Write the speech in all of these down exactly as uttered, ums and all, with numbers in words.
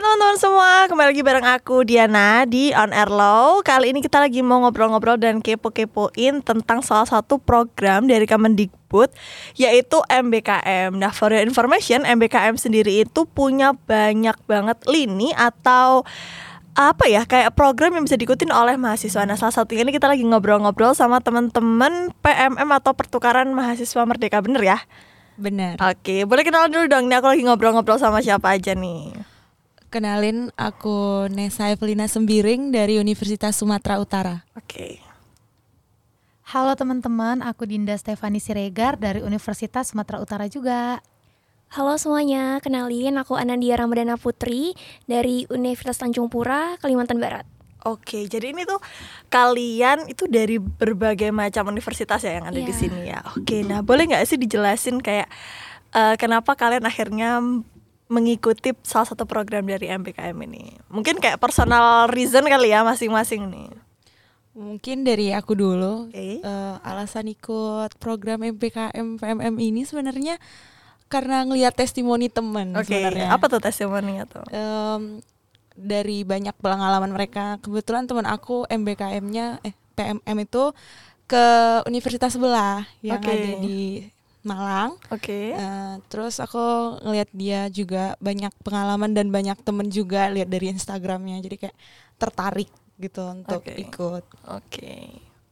teman-teman semua, kembali lagi bareng aku Diana di On Air Low. Kali ini kita lagi mau ngobrol-ngobrol dan kepo-kepoin tentang salah satu program dari Kemendikbud, yaitu M B K M. Nah, for your information, M B K M sendiri itu punya banyak banget lini atau apa ya, kayak program yang bisa diikutin oleh mahasiswa. Nah, salah satunya ini kita lagi ngobrol-ngobrol sama teman-teman P M M atau Pertukaran Mahasiswa Merdeka, bener ya? Benar. Oke, boleh kenalan dulu dong. Nih aku lagi ngobrol-ngobrol sama siapa aja nih? Kenalin, aku Nesa Evelina Sembiring dari Universitas Sumatera Utara. Oke. Halo teman-teman, aku Dinda Stefani Siregar dari Universitas Sumatera Utara juga. Halo semuanya, kenalin aku Anandia Ramadana Putri dari Universitas Tanjung Pura, Kalimantan Barat. Oke, jadi ini tuh kalian itu dari berbagai macam universitas ya yang ada yeah. di sini ya. Oke, nah boleh nggak sih dijelasin kayak uh, kenapa kalian akhirnya mengikuti salah satu program dari M B K M ini? Mungkin kayak personal reason kali ya masing-masing nih. Mungkin dari aku dulu. Okay. uh, Alasan ikut program M B K M P M M ini sebenarnya karena ngelihat testimoni teman. Oke, sebenarnya. apa tuh testimoninya tuh? Um, dari banyak pengalaman mereka. Kebetulan teman aku M B K M-nya eh P M M itu ke universitas sebelah yang okay. ada di Malang. Oke. Okay. Uh, terus aku ngelihat dia juga banyak pengalaman dan banyak temen juga lihat dari Instagramnya, jadi kayak tertarik gitu untuk okay. ikut. Oke. Okay.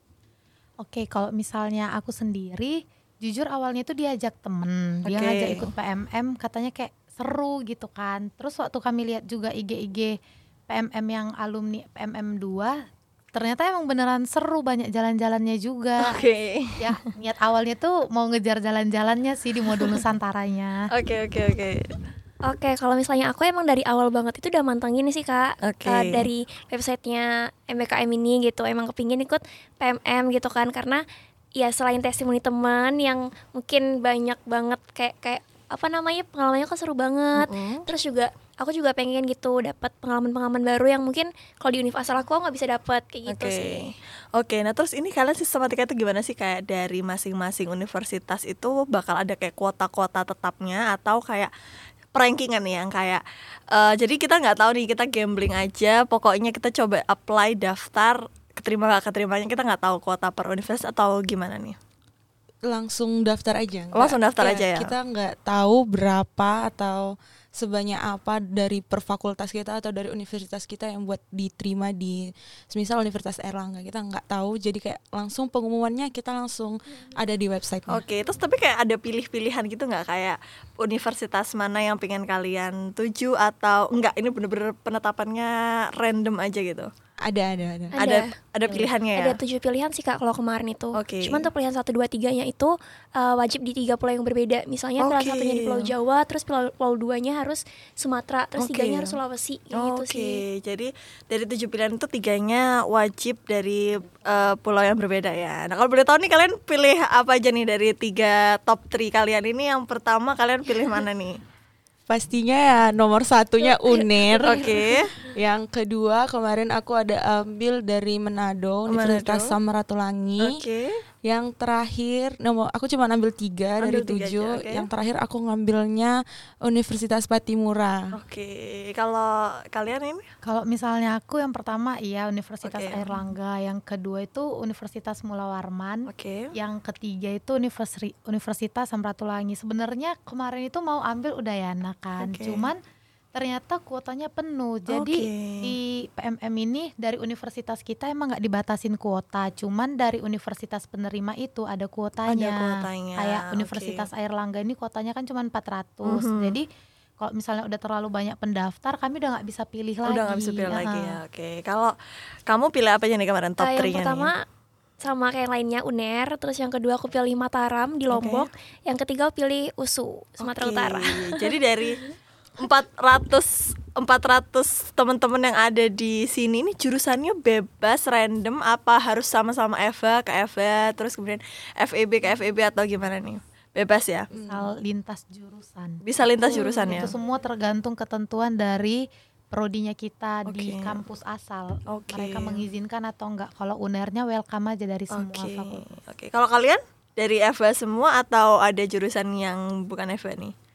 Oke, kalau misalnya aku sendiri, jujur awalnya itu diajak temen, dia okay. ngajak ikut P M M, katanya kayak seru gitu kan. Terus waktu kami lihat juga I G I G P M M yang alumni P M M dua, ternyata emang beneran seru, banyak jalan-jalannya juga. Oke. Okay. Ya, niat awalnya tuh mau ngejar jalan-jalannya sih di modul Nusantaranya. Oke, oke, oke. Oke, kalau misalnya aku emang dari awal banget itu udah mantengin sih Kak, okay. uh, dari websitenya M B K M ini gitu. Emang kepingin ikut P M M gitu kan, karena ya selain testimoni teman yang mungkin banyak banget kayak kayak apa namanya pengalamannya kan seru banget. Mm-hmm. Terus juga aku juga pengen gitu dapat pengalaman-pengalaman baru yang mungkin kalau di univ asal aku nggak bisa dapat kayak gitu okay. sih. Oke, okay, nah terus ini kalian sistematika itu gimana sih, kayak dari masing-masing universitas itu bakal ada kayak kuota-kuota tetapnya atau kayak rankingan nih yang kayak uh, jadi kita nggak tahu nih, kita gambling aja, pokoknya kita coba apply daftar, keterima nggak keterimanya kita nggak tahu kuota per universitas atau gimana nih? Langsung daftar aja. Langsung daftar ya, aja ya. Kita nggak tahu berapa atau sebanyak apa dari per fakultas kita atau dari universitas kita yang buat diterima di semisal Universitas Airlangga, kita nggak tahu, jadi kayak langsung pengumumannya kita langsung ada di website. Oke, terus tapi kayak ada pilih-pilihan gitu nggak, kayak universitas mana yang pengen kalian tuju atau enggak, ini bener-bener penetapannya random aja gitu? Ada, ada, ada. Ada, ada pilihannya ya? Ada tujuh pilihan sih Kak kalau kemarin itu. Okay. Cuman untuk pilihan satu, dua, tiganya itu uh, wajib di tiga pulau yang berbeda. Misalnya okay. pilihan satunya di Pulau Jawa, terus pulau, pulau duanya harus Sumatera, terus okay. tiganya harus Sulawesi gitu okay. sih. Oke, jadi dari tujuh pilihan itu tiganya wajib dari uh, pulau yang berbeda ya. Nah kalau boleh tahu nih kalian pilih apa aja nih dari tiga top tiga kalian ini? Yang pertama kalian pilih mana nih? Pastinya ya nomor satunya U N E R. Oke. Okay. Yang kedua kemarin aku ada ambil dari Manado, Universitas Samratulangi. Oke. Okay. Yang terakhir nomor aku cuma ambil tiga ambil dari tujuh. Okay. Yang terakhir aku ngambilnya Universitas Patimura. Oke. Okay. Kalau kalian ini? Kalau misalnya aku yang pertama iya Universitas okay. Airlangga, yang kedua itu Universitas Mula Warman. Oke. Okay. Yang ketiga itu Universi- Universitas Samratulangi. Sebenarnya kemarin itu mau ambil Udayana kan, okay. cuman ternyata kuotanya penuh. Jadi okay. di P M M ini dari universitas kita emang nggak dibatasin kuota, cuman dari universitas penerima itu ada kuotanya. Ada kuotanya. Kayak Universitas okay. Airlangga ini kuotanya kan cuma empat ratus. Mm-hmm. Jadi kalau misalnya udah terlalu banyak pendaftar, kami udah nggak bisa pilih udah lagi. Udah nggak bisa pilih uh-huh. lagi ya. Oke. Okay. Kalau kamu pilih apa aja nih kemarin top tiga-nya? Yang pertama nih? Sama kayak lainnya U N E R, terus yang kedua aku pilih Mataram di Lombok, okay. yang ketiga aku pilih U S U Sumatera okay. Utara. Jadi dari empat ratus empat ratus teman-teman yang ada di sini ini jurusannya bebas random apa harus sama-sama F A ke F A terus kemudian F E B ke F E B atau gimana nih? Bebas ya? Bisa lintas jurusan. Bisa lintas jurusan ya? Itu semua tergantung ketentuan dari prodinya kita okay. di kampus asal. Okay. Mereka mengizinkan atau enggak. Kalau U N E R-nya welcome aja dari semua okay. fakultas. Oke. Okay. Kalau kalian dari F A semua atau ada jurusan yang bukan F A nih?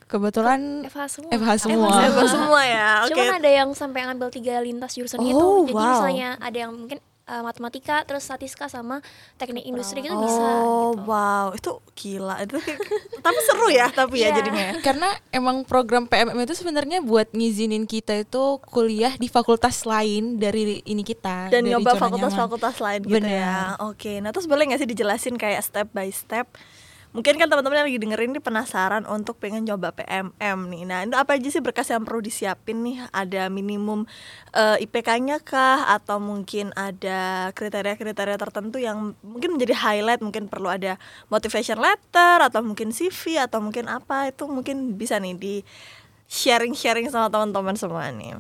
Kebetulan F H semua. F H semua. F H semua ya. Oke. Cuman ada yang sampai ngambil tiga lintas jurusan Oh, gitu. Jadi wow. misalnya ada yang mungkin uh, matematika, terus statistika sama teknik industri gitu bisa. Oh Gitu. wow, itu gila itu. Tapi seru ya, tapi ya Iya. jadinya. Karena emang program P M M itu sebenarnya buat ngizinin kita itu kuliah di fakultas lain dari ini kita. Dan dari nyoba zona fakultas-fakultas lain gitu Bener. ya. Oke, nah terus boleh nggak sih dijelasin kayak step by step? Mungkin kan teman-teman yang lagi dengerin ini penasaran untuk pengen coba P M M nih. Nah, itu apa aja sih berkas yang perlu disiapin nih? Ada minimum uh, I P K-nya kah? Atau mungkin ada kriteria-kriteria tertentu yang mungkin menjadi highlight? Mungkin perlu ada motivation letter atau mungkin C V atau mungkin apa? Itu mungkin bisa nih di sharing-sharing sama teman-teman semua nih.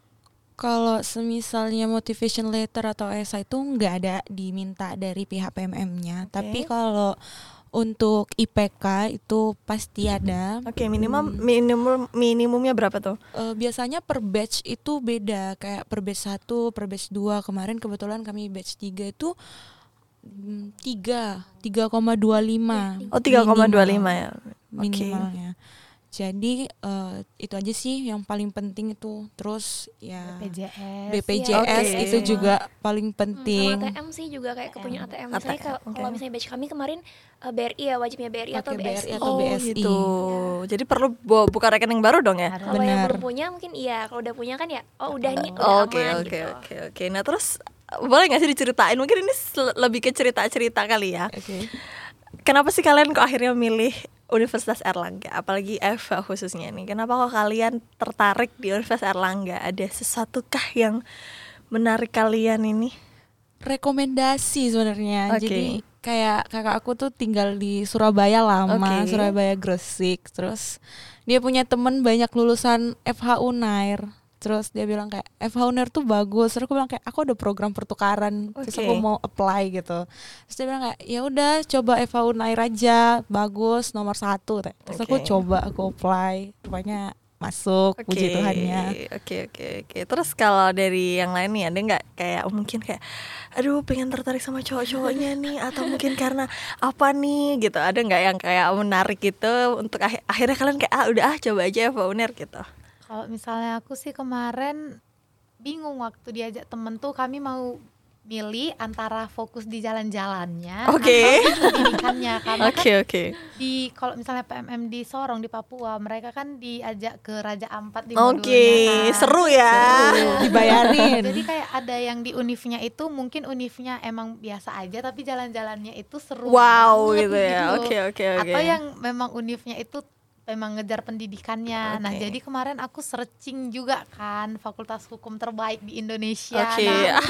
Kalau semisalnya motivation letter atau esai itu nggak ada diminta dari pihak P M M-nya. Oke. Tapi kalau untuk I P K itu pasti ada. Oke, minimum Hmm. minimum minimumnya berapa tuh? Uh, biasanya per batch itu beda, kayak per batch satu, per batch dua. Kemarin kebetulan kami batch tiga itu mm, tiga, tiga koma dua lima. Oh, tiga koma dua lima ya. Oke. Minimalnya. Jadi uh, itu aja sih yang paling penting itu. Terus ya B P J S. B P J S Oke. itu juga paling Hmm, penting. sama A T M sih juga kayak kepunyaan A T M. A T M, Misalnya kalau oke. kalau misalnya batch kami kemarin uh, B R I ya, wajibnya B R I atau Pakai B B R I S I. atau Oh B S I. gitu. Jadi perlu bu- buka rekening baru dong ya? Harus. Kalau yang Benar. belum punya mungkin iya, kalau udah punya kan ya oh udah nih udah Oke aman oke gitu. oke oke. Nah terus boleh nggak sih diceritain? Mungkin ini sel- lebih ke cerita-cerita kali ya. Oke. Kenapa sih kalian kok akhirnya milih Universitas Airlangga? Apalagi F H khususnya nih. Kenapa kok kalian tertarik di Universitas Airlangga? Ada sesuatu kah yang menarik kalian ini? Rekomendasi sebenarnya. Oke. Jadi kayak kakak aku tuh tinggal di Surabaya lama, Oke. Surabaya Gresik. Terus dia punya temen banyak lulusan F H Unair. Terus dia bilang kayak F H Unair tuh bagus. Terus aku bilang kayak aku ada program pertukaran. Terus Oke. aku mau apply gitu. Terus dia bilang kayak ya udah coba F H Unair aja, bagus nomor satu. Terus aku Oke. coba aku apply. Rupanya masuk, puji Tuhannya. Oke oke oke. Terus kalau dari yang lain nih ada nggak kayak oh, mungkin kayak aduh pengen tertarik sama cowok-cowoknya nih atau mungkin karena apa nih gitu. Ada nggak yang kayak menarik gitu untuk akh- akhirnya kalian kayak ah udah ah coba aja F H Unair gitu. Kalau misalnya aku sih kemarin bingung waktu diajak temen tuh kami mau milih antara fokus di jalan-jalannya Oke. atau di pendidikannya karena Oke kan oke. di kalau misalnya P M M di Sorong di Papua mereka kan diajak ke Raja Ampat di Oke, modulnya kan. seru ya. Seru, dibayarin. Jadi kayak ada yang di univnya itu mungkin univnya emang biasa aja tapi jalan-jalannya itu seru Wow banget gitu ya. gitu. Oke oke oke. Atau yang memang univnya itu memang ngejar pendidikannya. Nah, Oke. jadi kemarin aku searching juga kan fakultas hukum terbaik di Indonesia. Oke. Nah,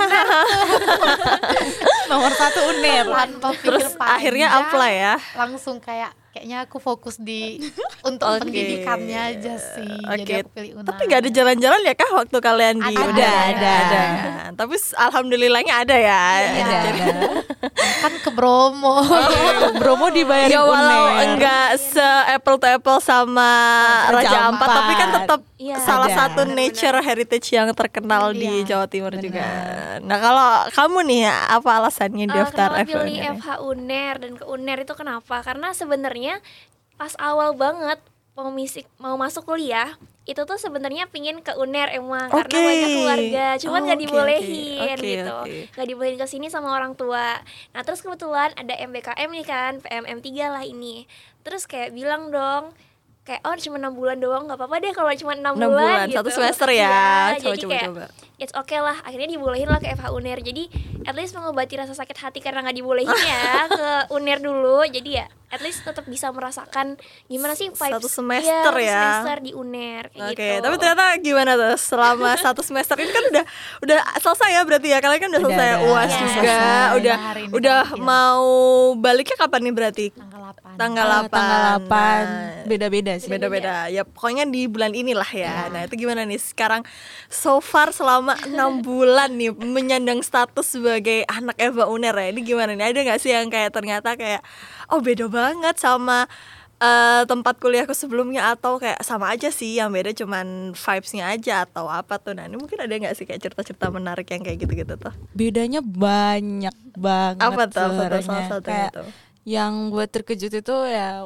Nomor satu Unair. tanpa pikir Terus panjang, akhirnya apply ya. langsung kayak kayaknya aku fokus di untuk Oke. pendidikannya aja sih. Jadi Oke. aku pilih Unair. Tapi gak ada jalan-jalan ya kah waktu kalian di Ada, Unair? ada. ada. Tapi s- alhamdulillahnya ada ya. Iya. Jadi- kan ke Bromo. Bromo dibayarin ya walau Unair. enggak se apple to apple sama Raja Raja Ampat, Ampat. tapi kan tetap Iya, salah ada. satu nature heritage yang terkenal di Iya, Jawa Timur benar. juga. Nah kalau kamu nih apa alasannya Eh, daftar kenapa F H pilih Unair? F H Unair dan ke Unair itu kenapa? Karena sebenarnya pas awal banget mau misik mau masuk kuliah itu tuh sebenarnya pingin ke Unair emang karena Oke. banyak keluarga, cuman Oh, nggak oke, dibolehin oke. Oke, gitu, oke. nggak dibolehin ke sini sama orang tua. Nah terus kebetulan ada M B K M nih kan, P M M tiga lah ini. Terus kayak bilang dong, kayak oh cuma enam bulan doang nggak apa-apa deh kalau cuma enam enam bulan, bulan, gitu. satu semester ya. Iya, Coba jadi coba kayak coba. it's okay lah, akhirnya dibolehin lah ke F H Unair. Jadi at least mengobati rasa sakit hati karena nggak dibolehin ya ke Unair dulu. Jadi ya at least tetap bisa merasakan gimana sih vibes Satu semester iya, ya. satu semester di Unair kayak Oke, gitu. tapi ternyata gimana tuh selama satu semester ini kan udah udah selesai ya berarti ya kalian kan udah, Udah, selesai udah. U A S Iya. juga, Selesai. udah Nah, hari ini udah terakhir. mau baliknya kapan nih berarti? Tanggal delapan. Tanggal Ah, delapan. tanggal delapan. Nah, Beda-beda sih. beda-beda ya pokoknya di bulan inilah ya. Nah itu gimana nih sekarang so far selama enam bulan nih menyandang status sebagai anak F H Unair ya, ini gimana nih, ada nggak sih yang kayak ternyata kayak oh beda banget sama eh, tempat kuliahku sebelumnya atau kayak sama aja sih yang beda cuman vibes-nya aja atau apa tuh. Nah ini mungkin ada nggak sih kayak cerita-cerita menarik yang kayak gitu-gitu tuh? Bedanya banyak banget. Apa tuh, apa tuh salah sebenarnya. satunya Kayak tuh? yang buat terkejut itu ya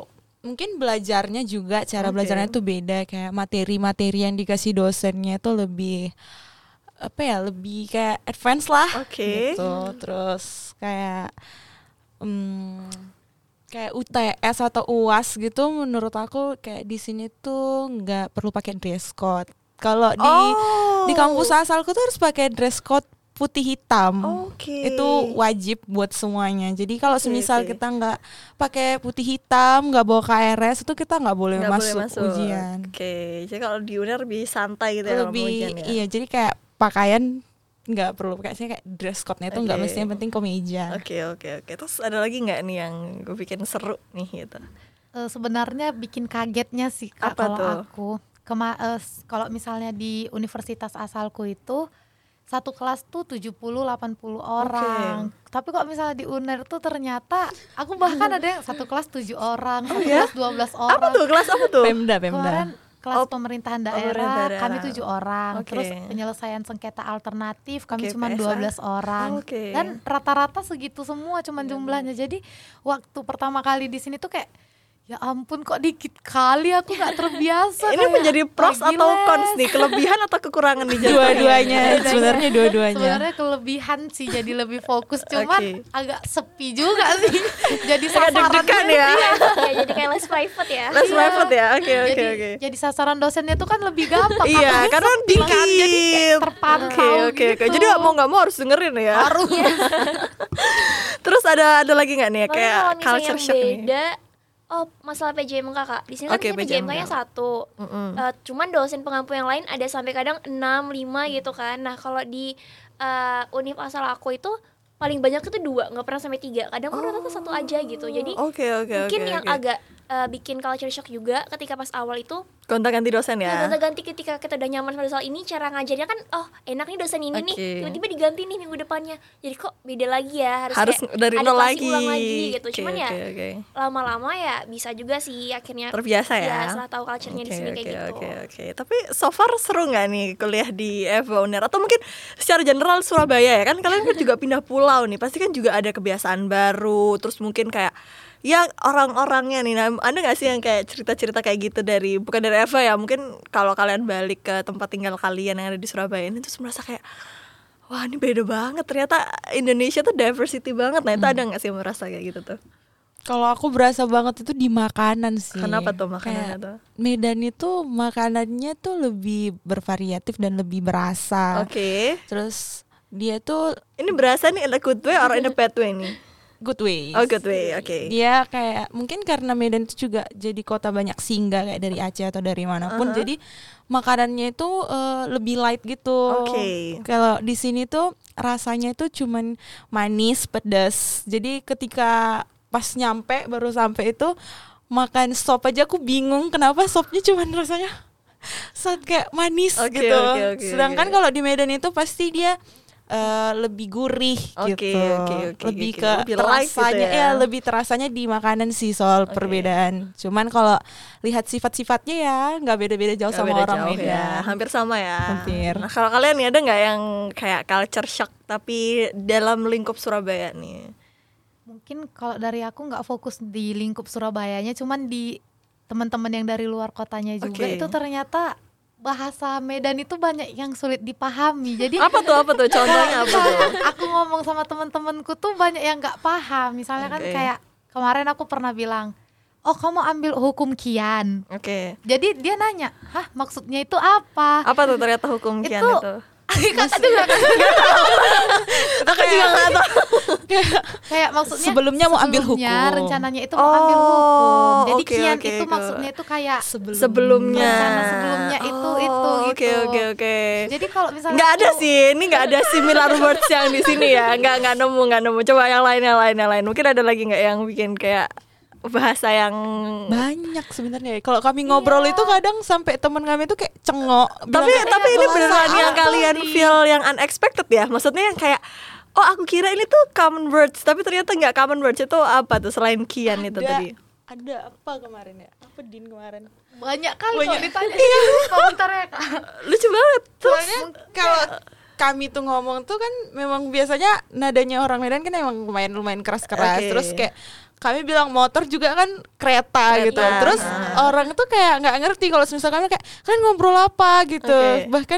mungkin belajarnya juga cara okay. belajarnya tuh beda, kayak materi-materi yang dikasih dosennya tuh lebih apa ya, lebih kayak advance lah okay. gitu. Terus kayak um, kayak U T S atau U A S gitu, menurut aku kayak di sini tuh nggak perlu pakai dress code. Kalau di oh. di kampus asalku tuh harus pakai dress code putih hitam, okay. itu wajib buat semuanya. Jadi kalau okay, semisal okay. kita nggak pakai putih hitam, nggak bawa K R S, itu kita nggak boleh, nggak masuk, boleh masuk ujian. Oke, okay. Jadi kalau di U N E R lebih santai gitu ya, lebih ujian, ya? Iya, jadi kayak pakaian nggak perlu, kayaknya kayak dress code-nya itu nggak okay. mesti, yang penting kemeja. Oke okay, oke okay, oke. Okay. Terus ada lagi nggak nih yang gue bikin seru nih gitu? Uh, sebenarnya bikin kagetnya sih Kak, kalau aku. Kema- uh, kalau misalnya di universitas asalku itu satu kelas tuh tujuh puluh delapan puluh orang. Okay. Tapi kok misalnya di U N E R tuh ternyata aku bahkan ada yang satu kelas tujuh orang, satu oh, kelas dua belas orang. Apa tuh kelas apa tuh? Pemda, Pemda. Kemarin kelas oh, pemerintahan daerah, daerah kami tujuh orang. Okay. Terus penyelesaian sengketa alternatif kami okay, cuma dua belas orang. Okay. Dan rata-rata segitu semua cuman jumlahnya. Jadi waktu pertama kali di sini tuh kayak ya ampun kok dikit kali, aku gak terbiasa. Ini menjadi pros atau cons nih, kelebihan atau kekurangan nih? Dua-duanya, sebenarnya dua-duanya. Sebenarnya kelebihan sih, jadi lebih fokus, cuman okay. agak sepi juga sih. Jadi sasaran ya. ya, jadi kayak less private ya. Less iya. private ya, oke okay, oke okay, oke. Okay. Jadi sasaran dosennya tuh kan lebih gampang. Iya, karena dikit. Kan, jadi terpantau okay, okay, gitu. Okay. Jadi mau nggak mau harus dengerin ya. Harus. Terus ada ada lagi nggak nih ya, kayak culture shock beda, nih? Oh, masalah P J M K Kak. Di sini kan okay, P J M K-nya satu. Mm-hmm. Uh, cuman dosen pengampu yang lain ada sampai kadang enam, lima gitu kan. Nah, kalau di uh, univ asal aku itu paling banyak itu dua, nggak pernah sampai tiga. Kadang oh. rata-rata satu aja gitu. Jadi okay, okay, mungkin okay, yang okay. agak uh, bikin culture shock juga ketika pas awal itu gonta-ganti dosen ya? Ya gonta-ganti ketika kita udah nyaman sama soal ini, cara ngajarnya kan oh enak nih dosen ini okay. nih, tiba-tiba diganti nih minggu depannya, jadi kok beda lagi ya, harus, harus kayak dari nol lagi. ulang lagi gitu. Okay, Cuman okay, ya okay. lama-lama ya bisa juga sih akhirnya terbiasa ya, ya setelah tahu culture-nya okay, di sini okay, kayak gitu. Oke okay, oke okay. Tapi so far seru nggak nih kuliah di F H U N E R, atau mungkin secara general Surabaya ya kan, kalian kan juga pindah pulau nih, pasti kan juga ada kebiasaan baru, terus mungkin kayak ya orang-orangnya nih, nah, ada nggak sih yang kayak cerita-cerita kayak gitu dari, bukan dari Eva ya, mungkin kalau kalian balik ke tempat tinggal kalian yang ada di Surabaya ini, terus merasa kayak wah ini beda banget, ternyata Indonesia tuh diversity banget. Nah itu hmm. ada nggak sih yang merasa kayak gitu tuh? Kalau aku berasa banget itu di makanan sih. Kenapa tuh makanannya tuh? Medan itu makanannya tuh lebih bervariatif dan lebih berasa. Oke. Okay. Terus dia tuh, ini berasa nih in a good way or in a bad way nih? Good way. Oh good way, oke. Okay. Dia kayak mungkin karena Medan itu juga jadi kota banyak singgah kayak dari Aceh atau dari manapun, uh-huh. jadi makanannya itu uh, lebih light gitu. Oke. Okay. Kalau di sini tuh rasanya itu cuman manis, pedas. Jadi ketika pas nyampe baru sampai itu makan sop aja aku bingung kenapa sopnya cuman rasanya sop kayak manis okay, gitu. Okay, okay, Sedangkan okay. kalau di Medan itu pasti dia Uh, lebih gurih okay, gitu, okay, okay, lebih okay, ke lebih terasanya, gitu ya. ya lebih terasanya di makanan sih soal okay. perbedaan. Cuman kalau lihat sifat-sifatnya ya nggak beda-beda jauh gak sama beda orang jauh ya, hampir sama ya. Hampir. Nah kalau kalian nih ada nggak yang kayak culture shock tapi dalam lingkup Surabaya nih? Mungkin kalau dari aku nggak fokus di lingkup Surabayanya, cuman di teman-teman yang dari luar kotanya juga okay. itu ternyata bahasa Medan itu banyak yang sulit dipahami. Jadi apa tuh apa tuh contohnya apa tuh? Aku ngomong sama teman-temanku tuh banyak yang nggak paham. Misalnya okay. kan kayak kemarin aku pernah bilang, oh kamu ambil hukum kian. Oke. Okay. Jadi dia nanya, hah maksudnya itu apa? Apa tuh ternyata hukum kian itu? itu? Kakak juga nggak tahu. Aku juga nggak tahu. Kayak maksudnya sebelumnya mau ambil hukum. Rencananya itu mau oh, ambil hukum. Jadi okay, kian okay, itu okay. maksudnya itu kayak sebelum, sebelumnya. Rencana sebelumnya itu oh, itu okay, gitu. Oke oke oke. Jadi kalau misalnya nggak ada sih, ini nggak ada similar words yang di sini ya. Nggak nggak nemu nggak nemu. Coba yang lain yang lain yang lain. Mungkin ada lagi nggak yang bikin kayak bahasa yang banyak sebenarnya. Kalau kami ngobrol yeah. itu kadang sampai teman kami itu kayak cengok. Tapi kayak, tapi ini beneran yang apa kalian nih? feel yang unexpected ya. Maksudnya yang kayak oh aku kira ini tuh common words, tapi ternyata nggak common words. Itu apa tuh selain kian ada, itu tadi? Ada apa kemarin ya? Apa din kemarin? Banyak kali banyak. Kalau ditanya. Iya. Komentarnya Kak. Lucu banget. Terus kalau kami tuh ngomong tuh kan memang biasanya nadanya orang Medan kan emang lumayan lumayan keras-keras. Okay. Terus kayak kami bilang motor juga kan kereta, kereta. gitu. Terus uh. orang tuh kayak nggak ngerti kalau misalkan kayak kalian ngobrol apa gitu. Okay. Bahkan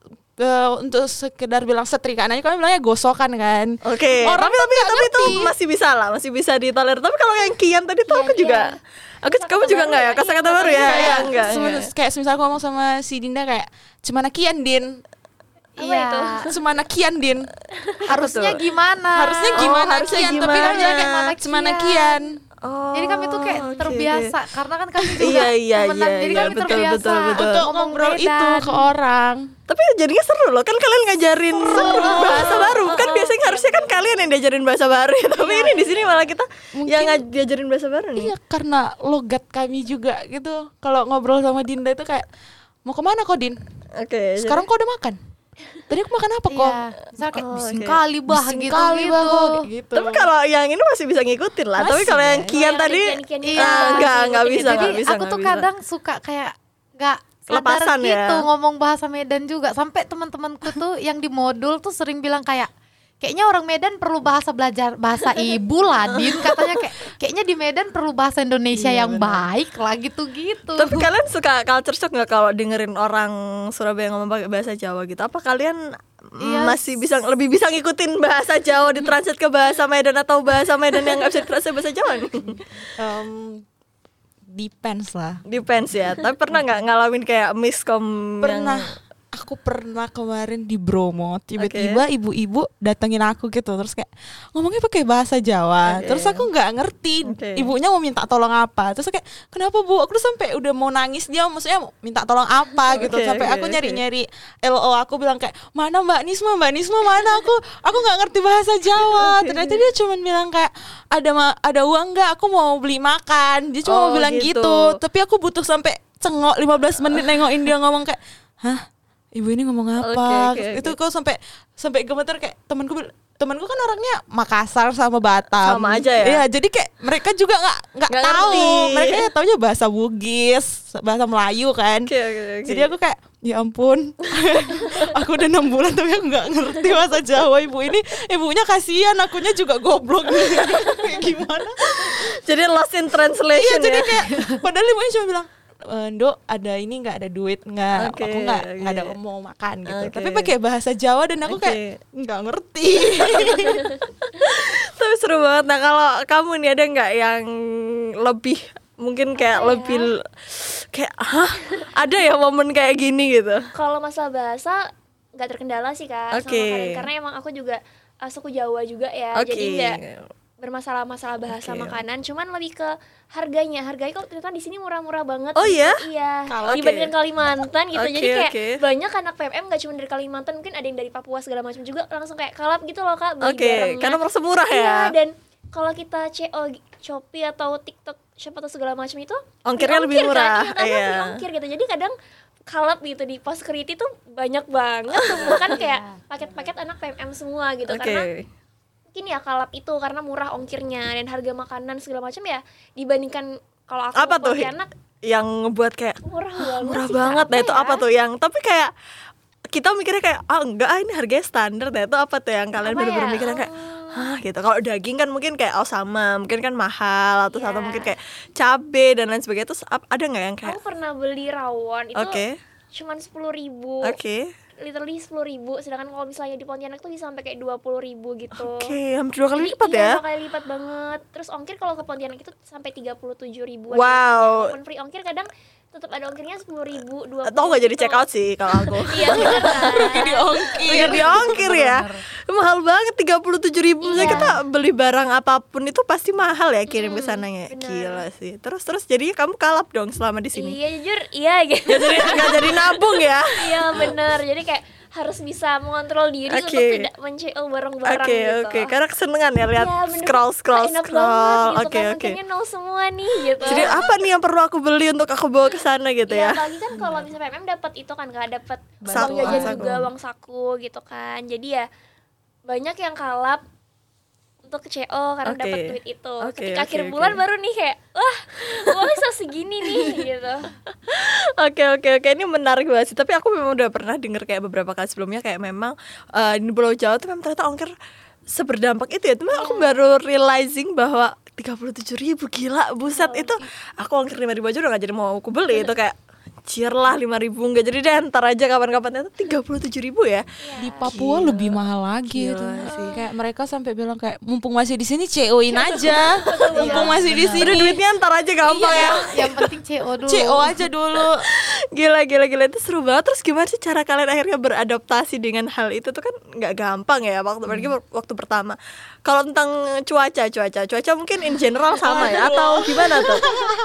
uh, untuk sekedar bilang setrika aja kami bilangnya gosokan kan. Oke. Okay. Orang tapi tapi, tapi itu masih bisa lah, masih bisa ditolerir. Tapi kalau yang kian tadi tuh yeah, aku juga yeah. Aku kata kamu juga enggak ya? Kata-kata iya, baru ya? Iya, enggak. Kayak semisal aku ngomong sama si Dinda kayak cemana kian Din. Apa iya. itu? Cemana kian Din. Harusnya gimana? Harusnya gimana oh, harusnya kian, gimana? tapi kami kayak cemana kian. Oh, jadi kami tuh kayak okay, terbiasa okay. karena kan kami juga iya, iya, temenan, iya, jadi iya, kami betul, terbiasa betul, betul. untuk ngobrol itu ke orang. Tapi jadinya seru loh, kan kalian ngajarin seru. bahasa baru. Kan biasanya harusnya kan kalian yang diajarin bahasa baru ya. Tapi iya. ini di sini malah kita mungkin yang ngajarin bahasa baru nih. Iya, karena logat kami juga gitu. Kalau ngobrol sama Dinda itu kayak mau kemana kok Din? Oke. Okay, sekarang jadi... kok udah makan? Tadi aku makan apa kok? Iya, misalnya kayak oh, bising okay. kali bah bising gitu kali gitu. Bah, gitu. Tapi kalau yang ini masih bisa ngikutin lah. Masih Tapi kalau yang ya. Kian oh, tadi kian, kian, iya, uh, enggak enggak bisa Jadi enggak bisa. aku tuh kadang suka kayak enggak lepasan gitu ya. ngomong bahasa Medan juga. Sampai teman-temanku tuh yang di modul tuh sering bilang kayak kayaknya orang Medan perlu bahasa belajar bahasa ibu lah Din, katanya kayak kayaknya di Medan perlu bahasa Indonesia iya, yang bener. baik lah gitu-gitu. Tapi kalian suka culture shock nggak kalau dengerin orang Surabaya ngomong pakai bahasa Jawa gitu? Apa kalian iya. masih bisa lebih bisa ngikutin bahasa Jawa ditranslate ke bahasa Medan atau bahasa Medan yang nggak bisa ditranslate bahasa Jawa nih? Um, depends lah. Depends ya. Tapi pernah nggak ngalamin kayak miskom? Pernah. Yang... Aku pernah kemarin di Bromo, tiba-tiba okay. ibu-ibu datengin aku gitu, terus kayak ngomongnya pakai bahasa Jawa, okay. terus aku nggak ngerti okay. ibunya mau minta tolong apa, terus kayak kenapa bu, aku tuh sampai udah mau nangis dia, maksudnya minta tolong apa gitu, okay, sampai okay, aku nyari-nyari okay. L O aku bilang kayak mana Mbak Nisma, Mbak Nisma mana aku, aku nggak ngerti bahasa Jawa, okay. ternyata dia cuma bilang kayak ada ma- ada uang nggak, aku mau beli makan, dia cuma oh, mau bilang gitu. gitu, tapi aku butuh sampai cengok lima belas menit nengokin dia ngomong kayak hah. Ibu ini ngomong apa? Okay, okay, itu okay. kok sampai sampai gemeter kayak temanku temanku kan orangnya Makassar sama Batam. Sama aja ya. Iya, jadi kayak mereka juga nggak nggak tahu. Ngerti. Mereka taunya bahasa Bugis, bahasa Melayu kan. Okay, okay, okay. Jadi aku kayak ya ampun. Aku udah enam bulan tapi aku nggak ngerti bahasa Jawa ibu ini. Ibunya kasihan, akunya juga goblok. Kayak gimana? Jadi lost in translation. Iya, ya. Jadi kayak padahal ibunya cuma bilang Ndok ada ini nggak ada duit nggak okay, aku nggak nggak okay. ada mau makan gitu okay. tapi pakai bahasa Jawa dan aku okay. kayak nggak ngerti. Tapi seru banget. Nah kalau kamu nih ada nggak yang lebih mungkin kayak apa lebih ya? Kayak hah ada ya momen kayak gini gitu? Kalau masalah bahasa nggak terkendala sih Kak okay. sama karena emang aku juga uh, suku Jawa juga ya okay. jadi nggak bermasalah-masalah bahasa okay. makanan, cuman lebih ke harganya. Harganya kok ternyata di sini murah-murah banget. Oh iya? Gitu. Iya. Okay. Dibandingkan Kalimantan gitu. Okay, jadi kayak okay. banyak anak P M M nggak cuma dari Kalimantan, mungkin ada yang dari Papua segala macam juga langsung kayak kalap gitu loh Kak. Oke. Okay. Karena merasa murah ya. Iya, dan kalau kita C O Shopee atau TikTok Shop atau segala macam itu ongkirnya lebih murah. Kan? Iya, yeah. ongkir gitu. Jadi kadang kalap gitu di pos security tuh banyak banget tuh kan kayak paket-paket anak P M M semua gitu okay. karena mungkin ya kalap itu karena murah ongkirnya dan harga makanan segala macam ya dibandingkan kalau aku apa tuh anak yang ngebuat kayak murah banget murah sih, banget nah ya? itu apa tuh yang tapi kayak kita mikirnya kayak ah enggak ah, ini harganya standar nah itu apa tuh yang kalian bener-bener ya? mikirnya kayak hah gitu. Kalau daging kan mungkin kayak oh sama mungkin kan mahal atau yeah. atau mungkin kayak cabe dan lain sebagainya. Terus ada nggak yang kayak aku pernah beli rawon itu okay. cuman sepuluh ribu oke okay. literally sepuluh ribu, sedangkan kalau misalnya di Pontianak tuh bisa sampai kayak dua puluh ribu gitu. Oke, okay, hampir dua kali Jadi, lipat iya, ya? dua kali lipat banget. Terus ongkir kalau ke Pontianak itu sampai tiga puluh tujuh ribu. Wow. Walaupun free ongkir kadang tetap ada ongkirnya sepuluh ribu, dua puluh ribu. Atau nggak jadi check out sih kalau aku. Iya benar kan. Rugi di ongkir. Rugi di ongkir ya. Mahal banget tiga puluh tujuh ribu. Iya. Kita beli barang apapun itu pasti mahal ya kirim ke sananya. Hmm, gila sih. Terus terus jadi kamu kalap dong selama di sini. Iya jujur, iya gitu. Gak jadi gak jadi nabung ya. Iya benar. Jadi kayak harus bisa mengontrol diri okay. untuk tidak men-C L barang-barang okay, gitu. Oke, okay. Karena kesenengan ya lihat ya, scroll scroll enak scroll. Oke oke. Okay, okay. nol semua nih gitu. Jadi apa nih yang perlu aku beli untuk aku bawa ke sana gitu ya? Ya, apalagi kan kalau misalnya P M M dapat itu kan Kak, dapat uang jajan juga, uang saku gitu kan. Jadi ya banyak yang kalap untuk C O karena okay. dapat duit itu. Okay, Ketika okay, akhir okay. bulan baru nih kayak wah, gua bisa segini nih gitu. Oke oke oke ini menarik banget sih. Tapi aku memang udah pernah denger kayak beberapa kali sebelumnya kayak memang uh, di Pulau Jawa tuh memang ternyata ongkir seberdampak itu ya. Cuma yeah. aku baru realizing bahwa tiga puluh tujuh ribu gila, buset. Oh, itu aku ongkir lima ribu aja udah gak jadi mau aku beli itu kayak cier lah lima ribu nggak jadi deh ntar aja kapan-kapan itu tiga puluh tujuh ribu ya. Di Papua gila. Lebih mahal lagi itu sih. Kayak mereka sampai bilang kayak mumpung masih di sini C O-in aja. Mumpung masih di sini duitnya ntar aja gampang iya, ya. Yang penting C O dulu. C O aja dulu. Gila gila gila itu seru banget. Terus gimana sih cara kalian akhirnya beradaptasi dengan hal itu tuh kan nggak gampang ya waktu hmm. waktu pertama. Kalau tentang cuaca cuaca cuaca mungkin in general sama ya atau gimana tuh?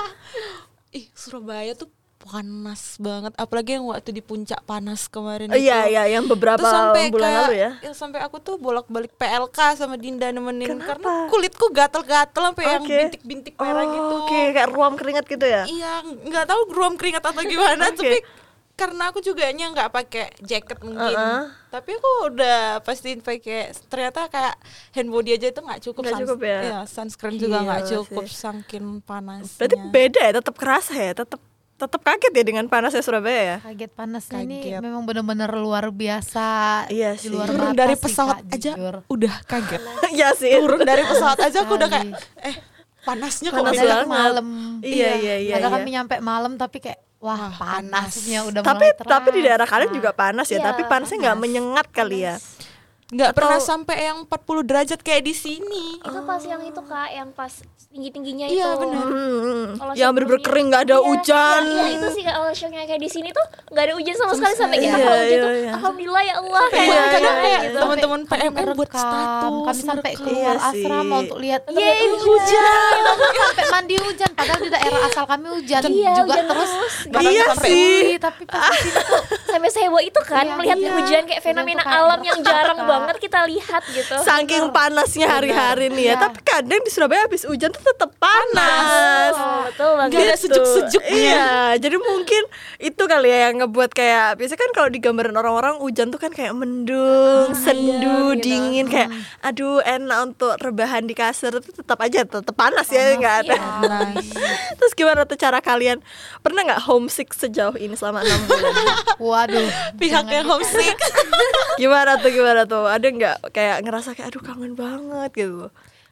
Ih Surabaya tuh panas banget, apalagi yang waktu di puncak panas kemarin oh, itu. Iya iya yang beberapa bulan ke, lalu ya. Ya sampai aku tuh bolak-balik P L K sama Dinda nemenin. Kenapa? Karena kulitku gatel-gatel sampai okay. yang bintik-bintik merah oh, gitu. Oke, okay. kayak ruam keringat gitu ya. Iya, nggak tahu ruam keringat atau gimana, okay. tapi karena aku juga nya nggak pakai jaket mungkin. Uh-uh. Tapi aku udah pastiin pakai, ternyata kayak hand body aja itu nggak cukup. Nggak cukup ya. Ya, sunscreen juga nggak cukup saking panasnya. Berarti beda ya, tetap kerasa ya, tetap tetap kaget ya dengan panasnya Surabaya ya. Kaget panasnya ini memang benar-benar luar biasa. Iya sih. Luar turun dari pesawat sih, aja jujur. Udah kaget. Iya sih. Turun dari pesawat aja aku udah kayak eh panasnya kok panas banget malam. Iya iya iya. Padahal iya. kami nyampe malam tapi kayak wah panasnya udah tapi, mulai terasa. Tapi di daerah kalian juga panas ya, ya tapi panasnya nggak menyengat kali ya. Nggak pernah sampai yang empat puluh derajat kayak di sini. Itu pas yang itu Kak, yang pas tinggi-tingginya itu. Iya benar. Hmm, yang bener-bener kering nggak ada iya, hujan. Iya, itu sih kalau shocknya kayak di sini tuh nggak ada hujan sama sekali sampai kita iya, kalau hujan iya, tuh iya. alhamdulillah ya Allah. Kayak iya, kadang iya, kayak gitu. teman-teman P M M buat status. Kami sampai merekam. keluar Iya asrama sih. untuk lihat Yeay, hujan. Sampai mandi hujan padahal di daerah asal kami hujan Iya, juga hujan terus. terus. Iya sampai sih. uli, tapi pas di sini tuh Sampai seheboh itu kan Iya, melihat iya. hujan kayak fenomena Hujan tuh kayak alam yang jarang Kak. banget kita lihat gitu. Saking panasnya hari-hari nih ya. Iya. Tapi kadang di Surabaya habis hujan tuh tetap panas. Oh, betul banget. Gak ada sejuk-sejuknya. Iya, jadi mungkin itu kali ya yang ngebuat kayak biasanya kan kalau digambarin orang-orang hujan tuh kan kayak mendung, Ah, sendu, iya, gitu. dingin kayak aduh enak untuk rebahan di kasur, tapi tetap aja tetap panas, ya nggak ada. Panas. Terus gimana tuh cara kalian? Pernah nggak homesick sejauh ini selama enam bulan? waduh Pihak yang jangan homesick. Gimana tuh gimana tuh? Ada nggak kayak ngerasa kayak aduh kangen banget gitu?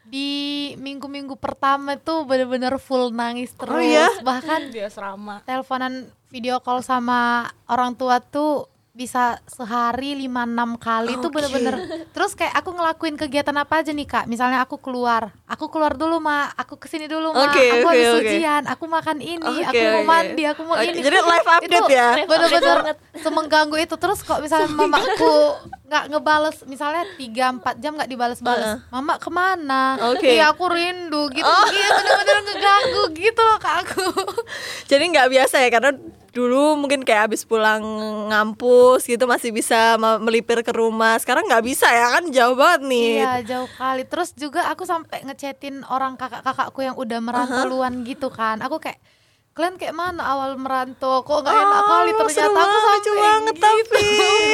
di minggu-minggu pertama tuh bener-bener full nangis terus. Oh iya? Bahkan Di asrama. teleponan video call sama orang tua tuh bisa sehari lima enam kali tuh Oke. bener-bener. Terus kayak aku ngelakuin kegiatan apa aja nih Kak. Misalnya aku keluar, aku keluar dulu Ma, aku kesini dulu Ma, Oke, aku oke, habis oke. ujian, aku makan ini, Oke, aku mau oke. mandi, aku mau Oke, ini. jadi live update Itu ya? bener-bener semengganggu itu. Terus kok misalnya mamaku nggak ngebales, misalnya tiga empat jam nggak dibales-bales, Uh-uh. Mama kemana? Oke. Iya aku rindu gitu, Oh. gitu bener-bener ngeganggu gitu loh Kak aku. Jadi nggak biasa ya karena dulu mungkin kayak habis pulang ngampus gitu masih bisa me- melipir ke rumah. Sekarang nggak bisa ya kan jauh banget nih. Iya jauh kali. Terus juga aku sampai ngechatin orang kakak-kakakku yang udah merantau luan gitu kan. Aku kayak kalian kayak mana awal merantau kok nggak enak kali Oh, ternyata seru aku banget, sampai lucu banget gitu. tapi.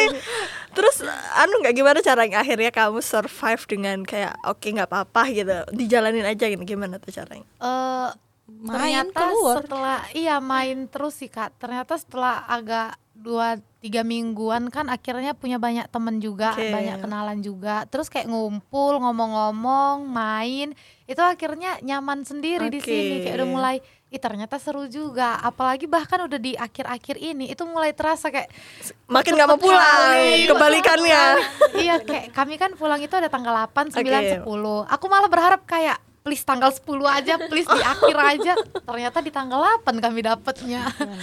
Terus anu nggak gimana caranya akhirnya kamu survive dengan kayak oke nggak apa-apa gitu dijalanin aja gitu gimana tuh caranya? Eh, Main ternyata keluar. setelah iya main terus sih Kak. Ternyata setelah agak dua tiga mingguan kan akhirnya punya banyak temen juga, Oke. banyak kenalan juga. Terus kayak ngumpul, ngomong-ngomong, main, itu akhirnya nyaman sendiri di Oke. sini. Kayak udah mulai, ih ternyata seru juga. Apalagi bahkan udah di akhir-akhir ini itu mulai terasa kayak Makin nggak mau pulang, kali. kebalikannya. iya kayak kami kan pulang itu ada tanggal delapan, sembilan, Oke. sepuluh. Aku malah berharap kayak please tanggal sepuluh aja, please di akhir aja. Ternyata di tanggal delapan kami dapetnya.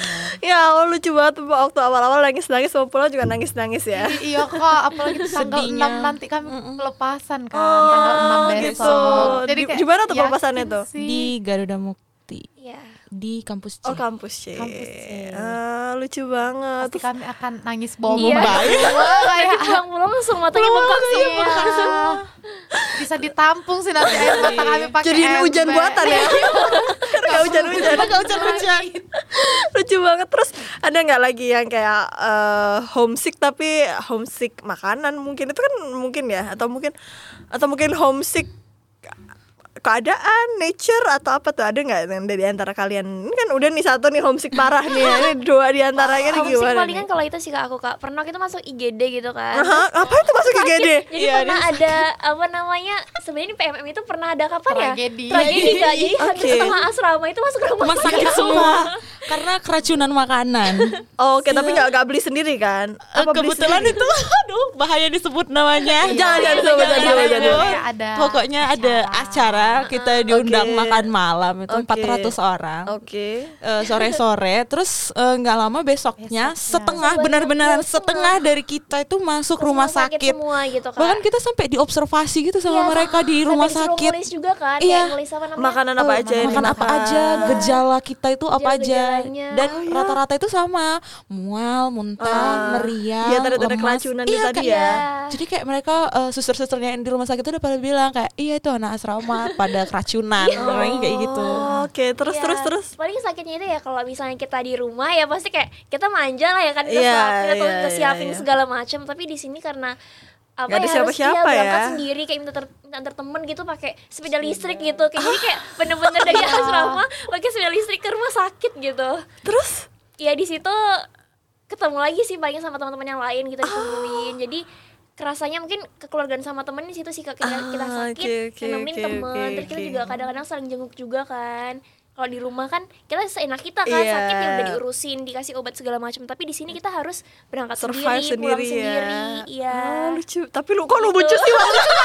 Ya Allah lucu banget waktu awal-awal nangis-nangis mau pulang juga nangis-nangis ya. I- iya kak, apalagi di tanggal Sedihnya. enam nanti kami pelepasan kan, Oh, tanggal enam gitu. besok. Di- gimana tuh yakin pelepasannya tuh? sih. Di Garuda Mukti, Iya. di kampus C. Oh kampus C. Kampus C. Ah, lucu banget. Pasti kami akan nangis bohong Iya. Wah, kayak Pulang-pulang langsung matanya bengkak semua. iya. Bisa ditampung sih nanti air mata kami pakai Jadiin hujan ember. buatan ya. Karena gak hujan-hujan. Gak hujan-hujan. Lucu banget. Terus ada nggak lagi yang kayak eh, homesick tapi homesick makanan mungkin itu kan mungkin ya atau mungkin atau mungkin homesick keadaan, nature atau apa tuh, ada nggak yang dari antara kalian? Ini kan udah nih satu nih homesick parah nih ya. Ini dua di antaranya nih Homesick gimana? palingan kalau itu sih kak aku kak pernah kita masuk I G D gitu kan. Aha, apa itu masuk I G D? Jadi Iya, pernah ada apa namanya sebenarnya di P M M itu pernah ada kapan ya? Tragedi. Tragedi kak. Jadi Oke. hampir setengah asrama itu masuk rumah Rumah sakit semua karena keracunan makanan. Oke, tapi nggak nggak beli sendiri kan? Apa beli Kebetulan sendiri? itu aduh bahaya disebut namanya. Jangan, jangan disebut, jangan disebut, jangan disebut. Kayak ada Pokoknya ada acara kita diundang Oke. makan malam itu Oke. empat ratus orang. Oke. Eh, sore-sore terus eh, nggak lama besoknya setengah benar-benar setengah dari kita itu masuk rumah sakit. semua gitu kan. Bahkan kita sampai diobservasi gitu sama Iya, mereka di sampai rumah disuruh sakit. nulis juga kan, Iya. kayak nulis apa namanya? Makanan apa Oh, aja yang makan apa dimakan? aja, gejala kita itu apa aja, Gejala-gejalanya. dan Oh, iya. rata-rata itu sama, mual, muntah, Ah. meriang, Iya, tanda-tanda lemas. keracunan itu Iya, tadi kayak- ya. Jadi kayak mereka eh, suster-susternya yang di rumah sakit itu udah pada bilang kayak iya itu anak asrama pada keracunan, orangnya kayak gitu. Oh, Oke, terus Iya, terus terus. Paling sakitnya itu ya kalau misalnya kita di rumah ya pasti kayak kita manja lah ya kan kita Iya, suapin atau iya, kita iya, siapin iya. segala macam, tapi di sini karena apa Nggak ada ya harus dia siapa-siapa berangkat ya. sendiri kayak minta, ter, minta antar temen gitu pakai sepeda listrik gitu kayak jadi kayak bener-bener dari asrama pakai sepeda listrik ke rumah sakit gitu. Terus Ya di situ ketemu lagi sih paling sama teman-teman yang lain gitu ditungguin. Jadi kerasanya mungkin kekeluargaan sama temen di situ sih Kak, kita, kita Ah, sakit oke, oke, yang nemenin oke, temen oke, terus kita oke. juga kadang-kadang saling jenguk juga kan. Kalau di rumah kan kita seenak kita kan Iya. sakit ya udah diurusin dikasih obat segala macam, tapi di sini kita harus berangkat survive sendiri, pulang sendiri, sendiri ya. iya. Ah, lucu. Tapi lu kok lu Gitu. lucu sih waktu itu?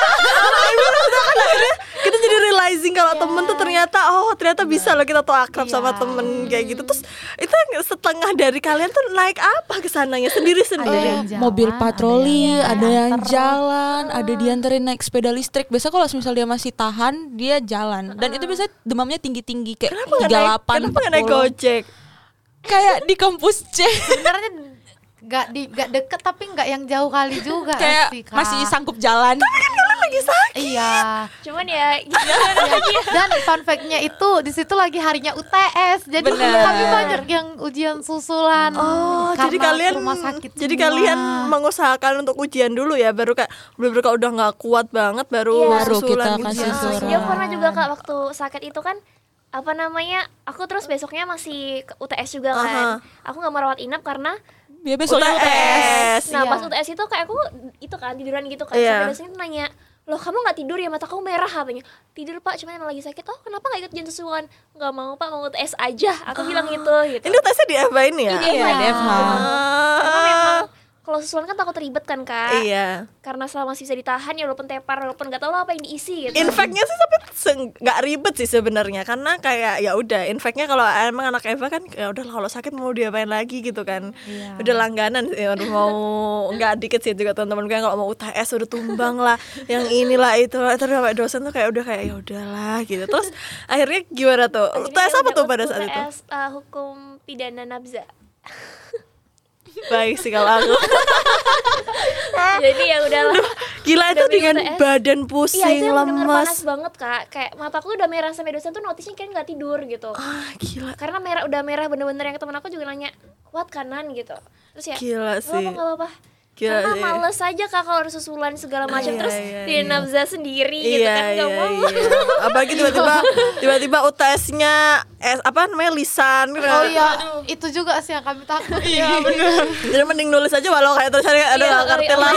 Akhirnya kita jadi realizing kalau Iya. temen tuh ternyata oh ternyata bisa loh kita tuh akrab sama Iya. temen kayak gitu. Terus itu setengah dari kalian tuh naik apa ke sananya Ada sendiri-sendiri? yang jalan, Mobil patroli, ada yang ada yang anter. jalan, ada dianterin naik sepeda listrik. Biasa kalau misal dia masih tahan, dia jalan. Dan itu biasanya demamnya tinggi-tinggi kayak Kenapa nggak tiga puluh naik? delapan, Kenapa nggak naik empat puluh. Gojek? Kayak di kampus C. Sebenarnya nggak di nggak deket tapi nggak yang jauh kali juga Kayak sih, Kak. masih sanggup jalan. Lagi sakit. Iya. Cuman ya Dan fun fact-nya itu di situ lagi harinya U T S. Jadi Bener. kami banyak yang ujian susulan. Oh, karena jadi kalian ke rumah sakit jadi semua. kalian mengusahakan untuk ujian dulu ya, baru kayak bener-bener kalau udah nggak kuat banget baru Iya. Baru susulan kita ujian. kasih surat. dia pernah juga Kak waktu sakit itu kan apa namanya aku terus besoknya masih ke U T S juga kan. Aku nggak mau rawat inap karena Dia besoknya U T S. nah Iya. pas U T S itu kayak aku itu kan tiduran gitu kan. Iya. Sampai dosennya tuh nanya, loh kamu nggak tidur ya, mata kamu merah katanya. Tidur Pak, cuma emang lagi sakit. Oh kenapa nggak ikut ujian susulan? Nggak mau Pak, mau U T S aja. Aku bilang gitu gitu. Ini tesnya di F H ini ya? Iya, di F H. Karena memang Ah, kalau susulan kan takut ribet kan Kak. iya. Karena selama masih bisa ditahan ya walaupun tepar walaupun nggak tahu lah apa yang diisi gitu. Infeknya sih tapi se- nggak ribet sih sebenarnya, karena kayak ya udah infeknya kalau emang anak Eva kan ya udah kalau sakit mau diapain lagi gitu kan. Iya. Udah langganan sih, aduh mau nggak dikit sih juga teman-teman gue yang kalau mau U T S udah tumbang lah, yang inilah itu lah. Terus sampai dosen tuh kayak udah kayak ya udahlah gitu. Terus akhirnya gimana tuh? U T S apa tuh pada saat itu? U T S uh, hukum pidana nabza. Baik sih kalau aku. Jadi ya udahlah. Gila itu Udah dengan U T S. badan Iya pusing, itu yang bener-bener lemas. panas banget Kak. Kayak mataku udah merah sampai dosen tuh notisnya kayak nggak tidur gitu. Ah, gila. Karena merah udah merah bener-bener yang temen aku juga nanya kuat kanan gitu. Terus ya Gila nggak sih. apa nggak apa. Gila Karena sih. males aja Kak kalau harus susulan segala macam Iya, terus iya, di iya. nabza sendiri gitu Iya, kan nggak iya, mau. iya. Apalagi tiba-tiba tiba-tiba U T S-nya eh, apa namanya lisan. Oh iya, itu juga sih yang kami takut. Iya benar. Jadi mending nulis aja walau kayak tulisannya aduh Iya, nggak ngerti iya. lah.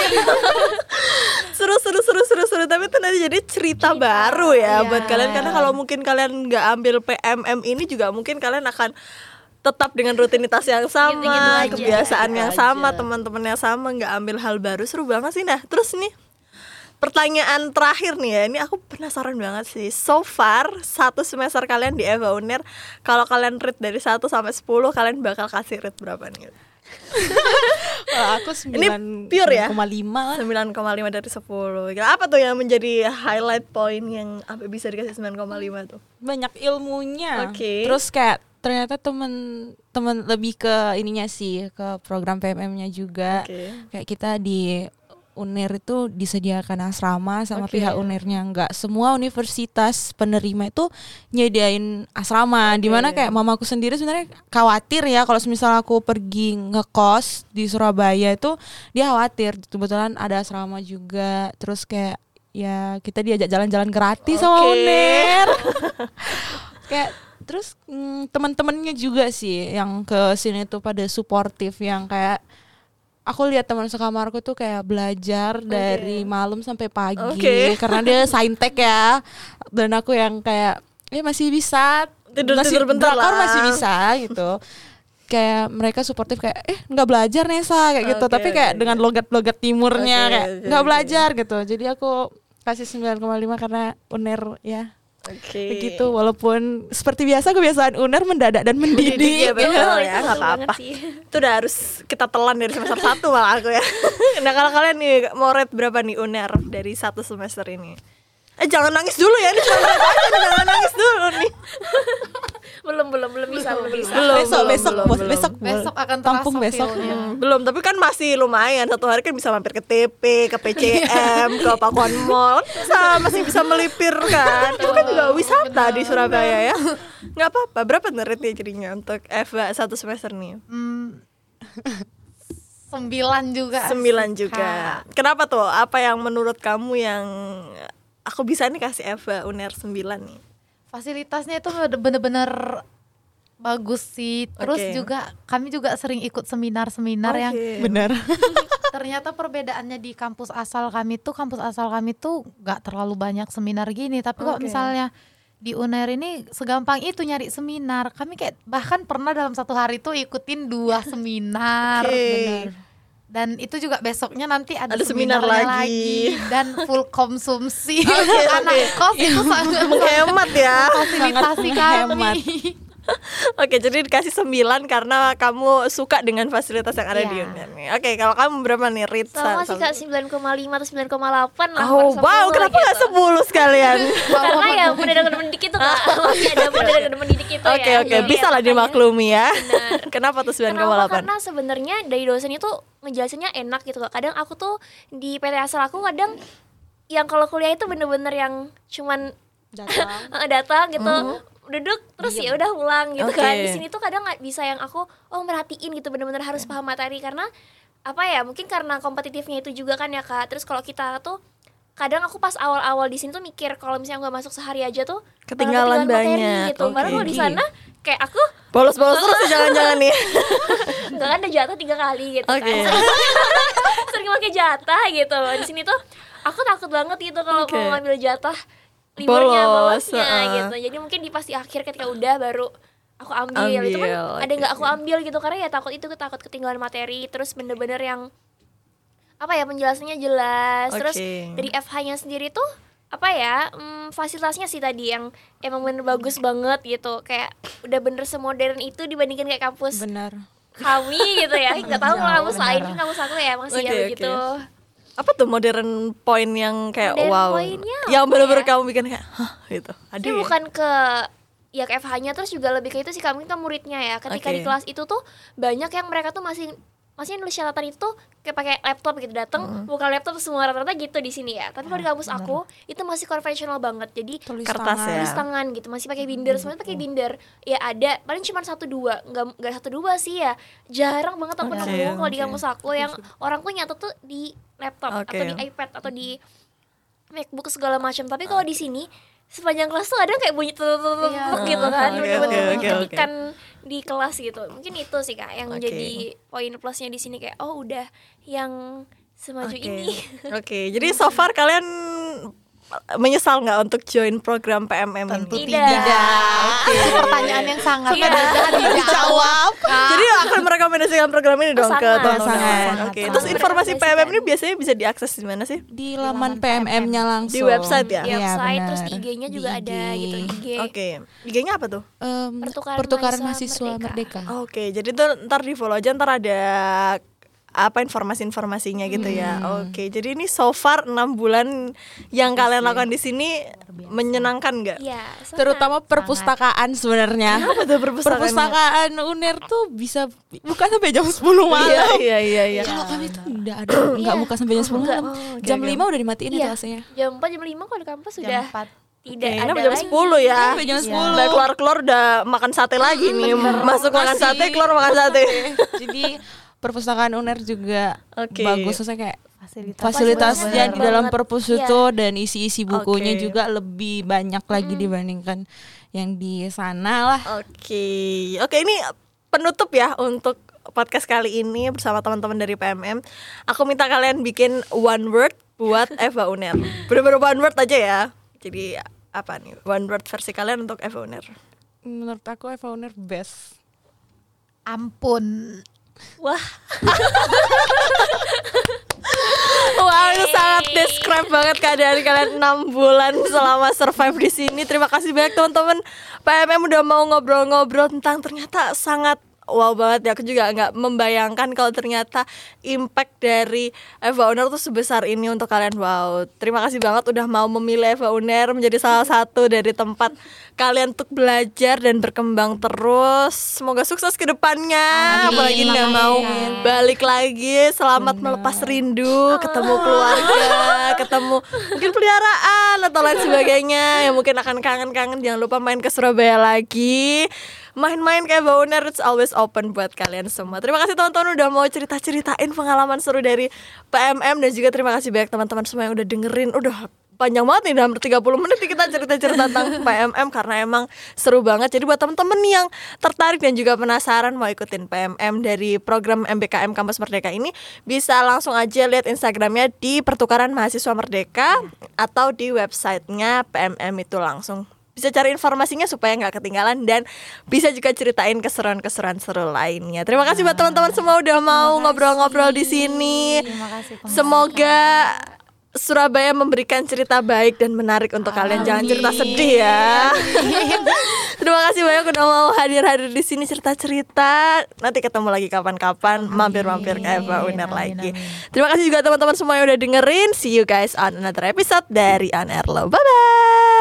seru seru seru seru seru tapi itu nanti jadi cerita, baru ya Iya. buat kalian, karena kalau mungkin kalian nggak ambil P M M ini juga mungkin kalian akan tetap dengan rutinitas yang sama, Gitu-gitu aja. kebiasaan yang Gitu sama, aja. teman-teman yang sama, nggak ambil hal baru. Seru banget sih. Nah terus nih pertanyaan terakhir nih ya, ini aku penasaran banget sih. So far satu semester kalian di Eva Uner, kalau kalian rate dari satu sampai sepuluh, kalian bakal kasih rate berapa nih? Kalau aku sembilan pure ya? koma lima lah. sembilan koma lima dari sepuluh. Gila, apa tuh yang menjadi highlight point yang apa bisa dikasih sembilan koma lima tuh? Banyak ilmunya. Oke. Terus kayak ternyata temen-temen lebih ke ininya sih, ke program P M M-nya juga. Oke. Kayak kita di U N E R itu disediakan asrama sama Oke. pihak U N E R-nya. Enggak semua universitas penerima itu nyediain asrama. Dimana kayak mamaku sendiri sebenarnya khawatir ya kalau misal aku pergi ngekos di Surabaya itu dia khawatir. Kebetulan ada asrama juga. Terus kayak ya kita diajak jalan-jalan gratis okay. sama UNER. Kayak terus hmm, teman-temannya juga sih yang ke sini tuh pada suportif, yang kayak aku lihat teman sekamarku tuh kayak belajar okay. dari malam sampai pagi okay. karena dia saintek ya, dan aku yang kayak ya masih bisa tidur masih tidur bentar lah, masih bisa gitu. Kayak mereka suportif kayak eh nggak belajar Nesa kayak gitu, okay, tapi kayak okay. dengan logat-logat timurnya okay, kayak nggak okay, belajar okay. gitu. Jadi aku kasih sembilan koma lima karena UNER ya. Oke. Begitu, walaupun seperti biasa kebiasaan UNER mendadak dan mendidik. Ya betul ya, nggak apa-apa. Itu udah harus kita telan dari semester satu malah aku ya. Nah kalau kalian nih mau rate berapa nih UNER dari satu semester ini? Eh jangan nangis dulu ya, ini jangan nangis dulu nih. belum belum belum bisa belum bisa. Belum, besok belum, besok belum, bos, belum. besok besok akan tampung besok. Hmm, belum, tapi kan masih lumayan, satu hari kan bisa mampir ke T P, ke P C M, ke Pakuan Mall, bisa masih bisa melipir kan. Itu kan juga wisata di Surabaya ya. Nggak apa-apa. Berapa rate-nya jadinya untuk F A satu semester nih? Hmm, sembilan juga. Sembilan juga. Kenapa tuh? Apa yang menurut kamu yang aku bisa nih kasih F A UNER sembilan nih? Fasilitasnya itu bener-bener bagus sih. Terus okay. juga kami juga sering ikut seminar-seminar okay. yang benar. Ternyata perbedaannya di kampus asal kami tuh, kampus asal kami tuh gak terlalu banyak seminar gini. Tapi kok okay. misalnya di UNER ini segampang itu nyari seminar. Kami kayak bahkan pernah dalam satu hari tuh ikutin dua seminar. Okay. Bener. Dan itu juga besoknya nanti ada, ada seminar lagi. lagi dan full konsumsi. Okay, anak okay. kos itu sangat menghemat ya, fasilitasi kami. Oke, jadi dikasih sembilan karena kamu suka dengan fasilitas yang ada yeah. di UNER nih. Oke, kalau kamu berapa nih rate? Sama sih Kak, sembilan koma lima atau sembilan koma delapan lah. Oh wow, kenapa gak gitu. sepuluh sekalian? Karena ya pendidikan mendidik itu Kak, masih ada pendidikan mendidik itu okay, ya. Oke, oke, bisa lah dimaklumi ya. Benar. Kenapa tuh sembilan koma delapan? Karena sebenarnya dari dosen itu ngejelasinnya enak gitu Kak. Kadang aku tuh di P T asal aku kadang yang kalau kuliah itu bener-bener yang cuman datang, datang gitu. Uh-huh. Duduk terus ya udah pulang gitu okay. kan. Di sini tuh kadang nggak bisa yang aku oh merhatiin gitu, bener-bener harus paham materi karena apa ya, mungkin karena kompetitifnya itu juga kan ya Kak. Terus kalau kita tuh kadang aku pas awal-awal di sini tuh mikir kalau misalnya nggak masuk sehari aja tuh ketinggalan, ketinggalan banyak materi gitu. Okay. Padahal kalau di sana kayak aku bolos-bolos terus jangan-jangan nih. Enggak kan ada jatah tiga kali gitu okay. kan. Sering pakai jatah gitu. Di sini tuh aku takut banget gitu kalau okay. mau ngambil jatah liburnya bolos, bolosnya uh. gitu. Jadi mungkin di pasti akhir ketika udah baru aku ambil, ambil itu kan okay. ada nggak aku ambil gitu karena ya takut itu takut ketinggalan materi. Terus bener-bener yang apa ya, penjelasannya jelas. Okay. Terus dari F H-nya sendiri tuh apa ya, hmm, fasilitasnya sih tadi yang emang bener bagus banget gitu, kayak udah bener semodern itu dibandingkan kayak kampus benar kami gitu ya. Nggak tahu kalau kampus lain kan, kampus aku ya masih okay, ya begitu. Okay. Apa tuh modern point yang kayak modern wow, yang bener-bener ya? Kamu bikin kayak hah gitu. Ada ya? Bukan ke ya ke F H-nya, terus juga lebih ke itu sih, kami kan muridnya ya. Ketika okay. di kelas itu tuh banyak yang mereka tuh masih masih nulis catatan itu tuh kayak pakai laptop gitu, datang mm. buka laptop semua rata-rata gitu di sini ya. Tapi kalau di kampus aku itu masih konvensional banget. Jadi tulis kertas tangan. Ya. Tulis tangan gitu, masih pakai binder, semuanya pakai binder. Ya ada paling cuma satu dua, enggak enggak satu dua sih ya. Jarang banget aku nemu okay, kalau okay. di kampus aku yang orang tuh nyatet tuh di laptop okay. atau di iPad atau di MacBook segala macam. Tapi kalau di sini sepanjang kelas tuh ada kayak bunyi tutup yeah. gitu kan, okay, bener-bener okay, okay, ketikan okay. di kelas gitu. Mungkin itu sih Kak yang okay. jadi poin plusnya di sini, kayak oh udah yang semaju okay. ini. Oke, okay. Jadi so far kalian menyesal nggak untuk join program P M M Tentu ini? tidak. Okay. Itu pertanyaan yang sangat tidak dijawab. Ah. Jadi akan merekomendasikan program ini dong sangat, ke teman-teman. Oke. Okay. Terus informasi P M M ini biasanya bisa diakses di mana sih? Di laman P M M-nya langsung. Di website ya? Di website, ya, terus di I G-nya juga di I G. ada gitu. I G. Oke. Okay. I G-nya apa tuh? Um, pertukaran, pertukaran mahasiswa mahasiswa Merdeka. Oke, okay. Jadi tuh ntar di follow aja, ntar ada apa informasi-informasinya gitu hmm. ya. Oke, okay. Jadi ini so far enam bulan yang kalian lakukan di sini menyenangkan nggak? Ya, terutama perpustakaan sebenarnya. Apa tuh perpustakaan? Perpustakaan UNER tuh bisa buka sampai jam sepuluh malam. Iya iya iya. Kalau kami tuh enggak ada, enggak buka sampai jam sepuluh malam. Oh, jam okay, lima udah dimatiin itu kelasnya. Jam empat jam lima kalau di kampus sudah tidak okay, ada jam sepuluh ya. Sampai jam sepuluh. Udah keluar-keluar udah makan sate lagi nih. Masuk makan sate, keluar makan sate. Jadi perpustakaan UNER juga okay. bagus, maksudnya kayak fasilitas. Fasilitasnya di dalam perpus Iya. itu dan isi-isi bukunya Oke. juga lebih banyak lagi dibandingkan yang di sana lah. Oke, oke ini penutup ya untuk podcast kali ini bersama teman-teman dari P M M. Aku minta kalian bikin one word buat Eva Uner. Bener-bener one word aja ya. Jadi apa nih one word versi kalian untuk Eva Uner? Menurut aku Eva Uner best. Ampun. Wah. Wah, itu sangat describe banget keadaan kalian enam bulan selama survive di sini. Terima kasih banyak teman-teman P M M udah mau ngobrol-ngobrol tentang ternyata sangat wow banget ya. Aku juga nggak membayangkan kalau ternyata impact dari Eva Uner tuh sebesar ini untuk kalian. Wow, terima kasih banget udah mau memilih Eva Uner menjadi salah satu dari tempat kalian untuk belajar dan berkembang terus. Semoga sukses ke depannya. Amin. Apalagi nggak mau Makasih. balik lagi. Selamat melepas rindu, ketemu keluarga, ketemu mungkin peliharaan atau lain sebagainya. Yang mungkin akan kangen-kangen. Jangan lupa main ke Surabaya lagi. Main-main kayak Eva Uner, it's always open buat kalian semua. Terima kasih teman-teman udah mau cerita-ceritain pengalaman seru dari P M M. Dan juga terima kasih banyak teman-teman semua yang udah dengerin. Udah panjang banget nih, dalam tiga puluh menit nih kita cerita-cerita tentang P M M karena emang seru banget. Jadi buat teman-teman yang tertarik dan juga penasaran mau ikutin P M M dari program M B K M Kampus Merdeka ini, bisa langsung aja lihat Instagramnya di Pertukaran Mahasiswa Merdeka atau di websitenya P M M itu langsung. Bisa cari informasinya supaya nggak ketinggalan dan bisa juga ceritain keseruan-keseruan seru lainnya. Terima kasih buat teman-teman semua udah mau ngobrol-ngobrol di sini. Terima kasih. Pembicara. Semoga Surabaya memberikan cerita baik dan menarik untuk kalian. Jangan cerita sedih ya. Terima kasih banyak udah mau hadir-hadir di sini cerita-cerita. Nanti ketemu lagi kapan-kapan, mampir-mampir ke Eva Uner Amin, lagi. amin. Terima kasih juga teman-teman semua yang udah dengerin. See you guys on another episode dari On Air Low. Bye bye.